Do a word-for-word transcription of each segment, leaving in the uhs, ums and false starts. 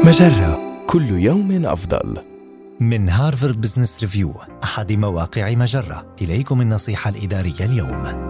مجرة، كل يوم أفضل. من هارفارد بزنس ريفيو، أحد مواقع مجرة، إليكم النصيحة الإدارية اليوم.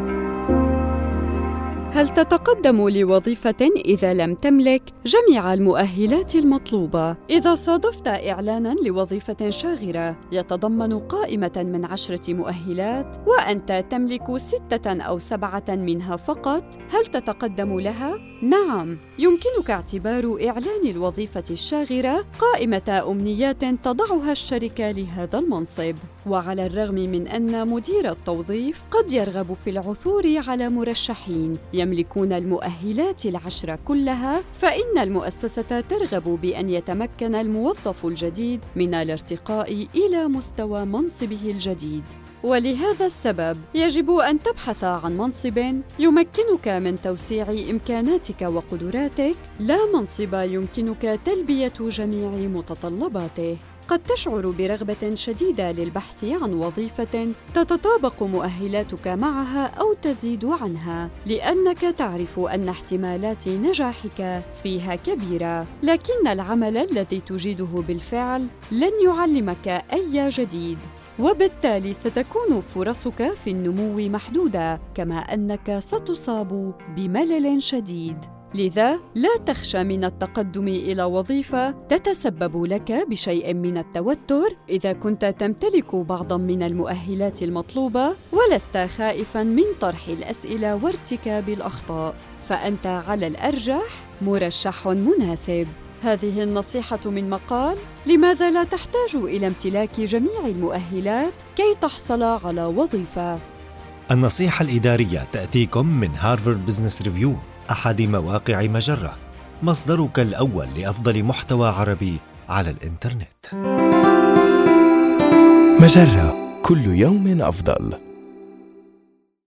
هل تتقدم لوظيفة إذا لم تملك جميع المؤهلات المطلوبة؟ إذا صادفت إعلاناً لوظيفة شاغرة يتضمن قائمة من عشرة مؤهلات وأنت تملك ستة أو سبعة منها فقط، هل تتقدم لها؟ نعم، يمكنك اعتبار إعلان الوظيفة الشاغرة قائمة أمنيات تضعها الشركة لهذا المنصب. وعلى الرغم من أن مدير التوظيف قد يرغب في العثور على مرشحين يملكون المؤهلات العشر كلها، فإن المؤسسة ترغب بأن يتمكن الموظف الجديد من الارتقاء إلى مستوى منصبه الجديد. ولهذا السبب يجب أن تبحث عن منصب يمكنك من توسيع إمكاناتك وقدراتك، لا منصب يمكنك تلبية جميع متطلباته. قد تشعر برغبة شديدة للبحث عن وظيفة تتطابق مؤهلاتك معها أو تزيد عنها، لأنك تعرف أن احتمالات نجاحك فيها كبيرة، لكن العمل الذي تجيده بالفعل لن يعلمك أي جديد، وبالتالي ستكون فرصك في النمو محدودة، كما أنك ستصاب بملل شديد. لذا لا تخشى من التقدم إلى وظيفة تتسبب لك بشيء من التوتر إذا كنت تمتلك بعضاً من المؤهلات المطلوبة ولست خائفاً من طرح الأسئلة وارتكاب الأخطاء، فأنت على الأرجح مرشح مناسب. هذه النصيحة من مقال لماذا لا تحتاج إلى امتلاك جميع المؤهلات كي تحصل على وظيفة. النصيحة الإدارية تأتيكم من هارفارد بزنس ريفيو، أحد مواقع مجرة، مصدرك الأول لأفضل محتوى عربي على الإنترنت. مجرة، كل يوم أفضل.